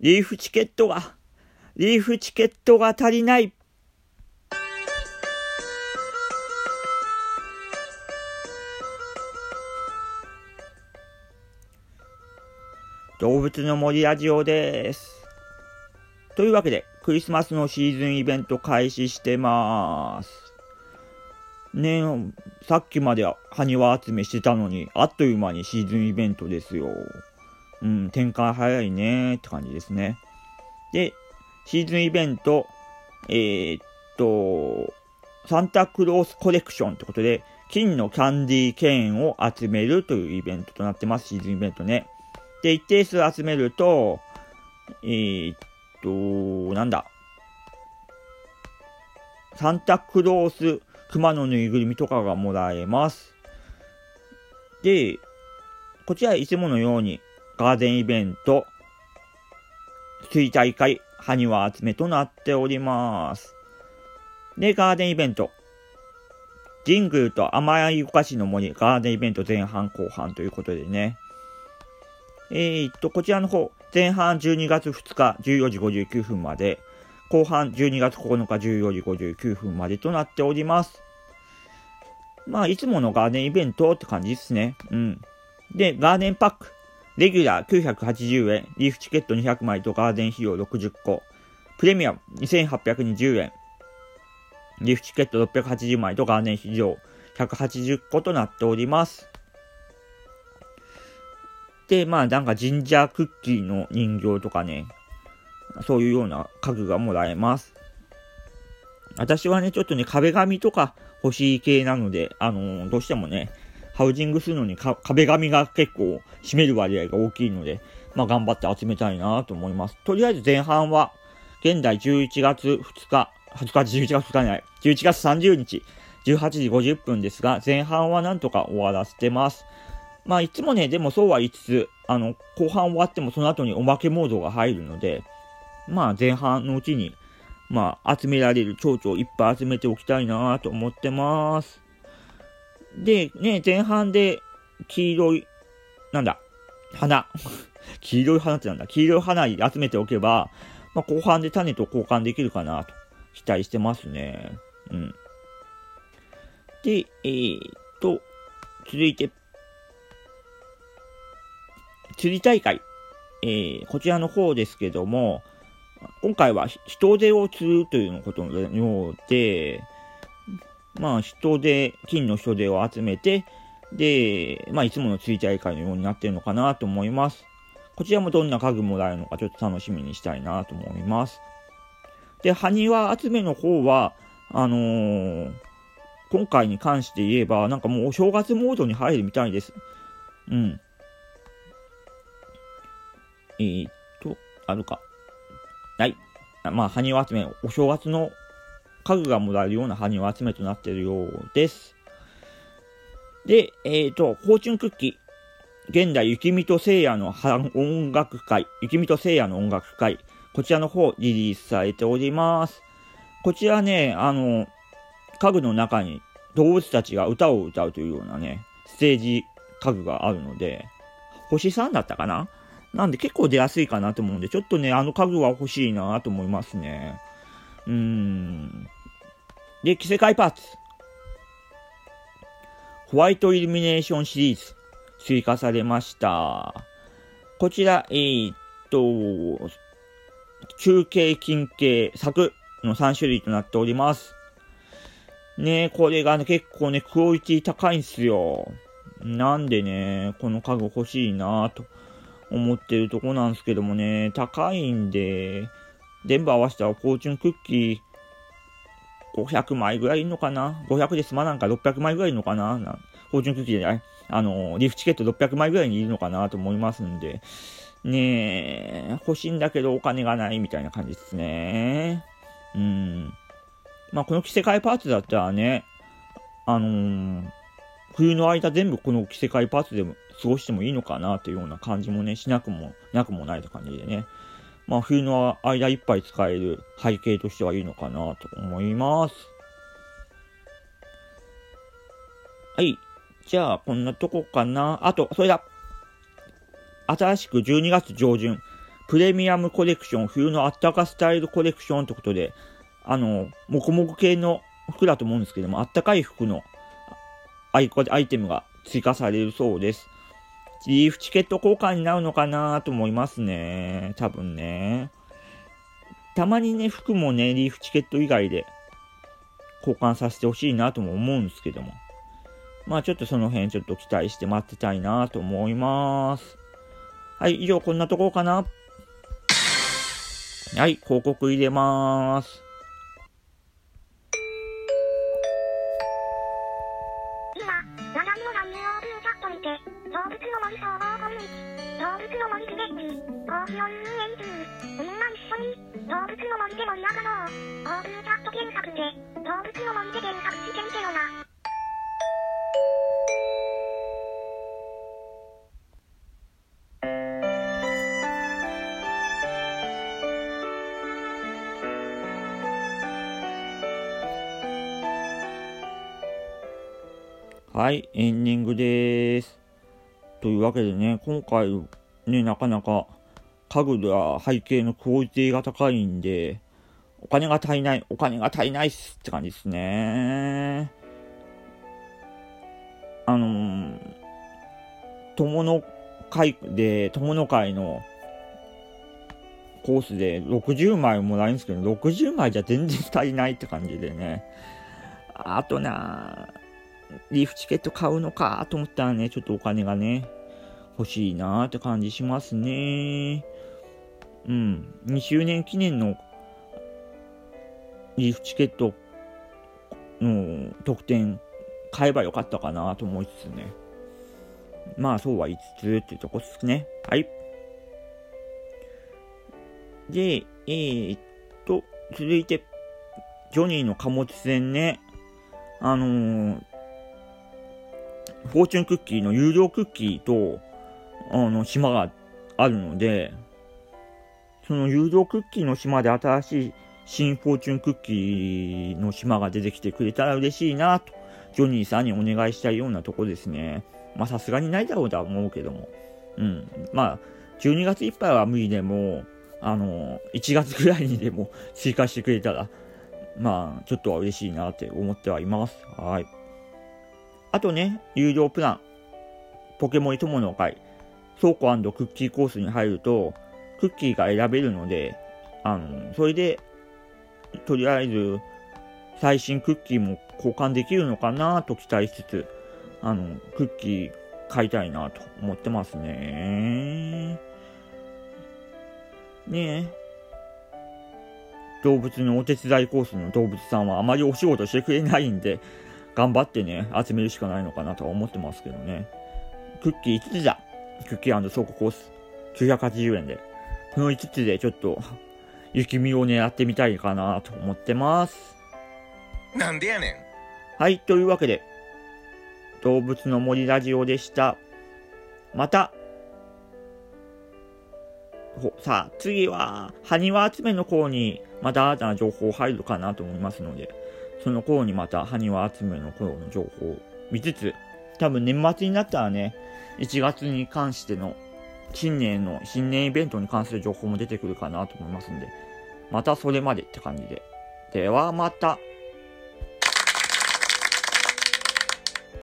リーフチケットが足りない。動物の森ラジオです。というわけで、クリスマスのシーズンイベント開始してます。ねえ、さっきまで埴輪集めしてたのに、あっという間にシーズンイベントですよ。展開早いねって感じですね。で、シーズンイベント、サンタクロースコレクションってことで、金のキャンディーケーンを集めるというイベントとなってます。シーズンイベントね。で、一定数集めると、サンタクロース熊のぬいぐるみとかがもらえます。で、こちらいつものようにガーデンイベント、水大会、埴輪集めとなっております。で、ガーデンイベント、ジングルと甘いお菓子の森ガーデンイベント前半後半ということでね。こちらの方、前半12月2日14時59分まで、後半12月9日14時59分までとなっております。まあ、いつものガーデンイベントって感じですね。で、ガーデンパック、レギュラー980円、リーフチケット200枚とガーデン費用60個、プレミアム2820円、リーフチケット680枚とガーデン費用180個となっております。で、まあなんかジンジャークッキーの人形とかね、そういうような家具がもらえます。私はね、ちょっとね、壁紙とか欲しい系なので、どうしてもね、ハウジングするのに壁紙が結構占める割合が大きいので、まあ頑張って集めたいなと思います。とりあえず前半は、現在11月2日、11月2日じゃない、11月30日、18時50分ですが、前半はなんとか終わらせてます。まあいつもね、でもそうは言いつつ、後半終わってもその後におまけモードが入るので、まあ前半のうちに、まあ集められる蝶々をいっぱい集めておきたいなと思ってます。で、ね、前半で黄色い、花。黄色い花って黄色い花に集めておけば、まあ後半で種と交換できるかなと期待してますね。で、続いて、釣り大会、こちらの方ですけども、今回は人手を釣るということのようで、まあ金の人手を集めて、で、まあいつもの釣り大会のようになっているのかなと思います。こちらもどんな家具もらえるのかちょっと楽しみにしたいなと思います。で、埴輪集めの方は、今回に関して言えば、なんかもうお正月モードに入るみたいです。あるか。はい。まあ、埴輪集め、お正月の家具がもらえるような埴輪集めとなっているようです。で、フォーチュンクッキー。現代、雪見と聖夜の音楽会。こちらの方、リリースされております。こちらね、家具の中に動物たちが歌を歌うというようなね、ステージ家具があるので、星3だったかな？なんで結構出やすいかなと思うんで、ちょっとね、家具は欲しいなと思いますね。で、着せ替えパーツ。ホワイトイルミネーションシリーズ追加されました。こちら、中継、近景、柵の3種類となっております。ね、これがね、結構ね、クオリティ高いんすよ。なんでね、この家具欲しいなと思ってるとこなんですけどもね、高いんで、全部合わせたらフォーチュンクッキー500枚ぐらいいるのかな？ 500 で済まなんか600枚ぐらいいるのかな？フォーチュンクッキーじゃない？リフチケット600枚ぐらいにいるのかなと思いますんで、ねえ、欲しいんだけどお金がないみたいな感じですね。まあ、この着せ替えパーツだったらね、冬の間全部この着せ替えパーツでも過ごしてもいいのかなというような感じもね、しなくもないと感じでね。まあ冬の間いっぱい使える背景としてはいいのかなと思います。はい。じゃあこんなとこかな。あと、それだ。新しく12月上旬、 プレミアムコレクション、冬のあったかスタイルコレクションということで、もこもこ系の服だと思うんですけども、あったかい服のアイテムが追加されるそうです。リーフチケット交換になるのかなと思いますね。多分ね。たまにね、服もね、リーフチケット以外で交換させてほしいなとも思うんですけども。まあちょっとその辺ちょっと期待して待ってたいなと思います。はい、以上こんなところかな。はい、広告入れます。 今、話題のランニューオープンチャットにて、動物の森総合コミュニティ、動物の森リレッジ、講義を運営中。みんな一緒に、動物の森で盛り上がろう。オープンチャット検索で、動物の森で検索してみてよな。 はい、エンディングでーす。というわけでね、今回ね、なかなか家具や背景のクオリティが高いんで、お金が足りないっすって感じですね。友の会のコースで60枚もらえるんですけど、60枚じゃ全然足りないって感じでね。あとリーフチケット買うのかと思ったらね、ちょっとお金がね、欲しいなーって感じしますね。2周年記念のリーフチケットの特典買えばよかったかなと思いつつね。まあそうは言いつつっていうとこですね。はい。で、続いて、ジョニーの貨物船ね。フォーチュンクッキーの有料クッキーと、島があるので、その有料クッキーの島で新しい新フォーチュンクッキーの島が出てきてくれたら嬉しいなと、ジョニーさんにお願いしたいようなとこですね。まあさすがにないだろうとは思うけども。まあ、12月いっぱいは無理でも、1月くらいにでも追加してくれたら、まあ、ちょっとは嬉しいなって思ってはいます。はい。あとね、有料プラン、ポケモン友の会、倉庫&クッキーコースに入ると、クッキーが選べるので、それで、とりあえず、最新クッキーも交換できるのかなと期待しつつ、クッキー買いたいなと思ってますね。ねえ。動物のお手伝いコースの動物さんはあまりお仕事してくれないんで、頑張ってね、集めるしかないのかなとは思ってますけどね。クッキー5つじゃ。クッキー&倉庫コース。980円で。この5つでちょっと、雪見を狙ってみたいかなと思ってます。 なんでやねん。 はい、というわけで、動物の森ラジオでした。また、さあ、次は、埴輪集めの方に、また新たな情報入るかなと思いますので、その頃にまた埴輪集めの頃の情報を見つつ、多分年末になったらね、1月に関しての新年イベントに関する情報も出てくるかなと思いますんで、またそれまでって感じで。ではまた。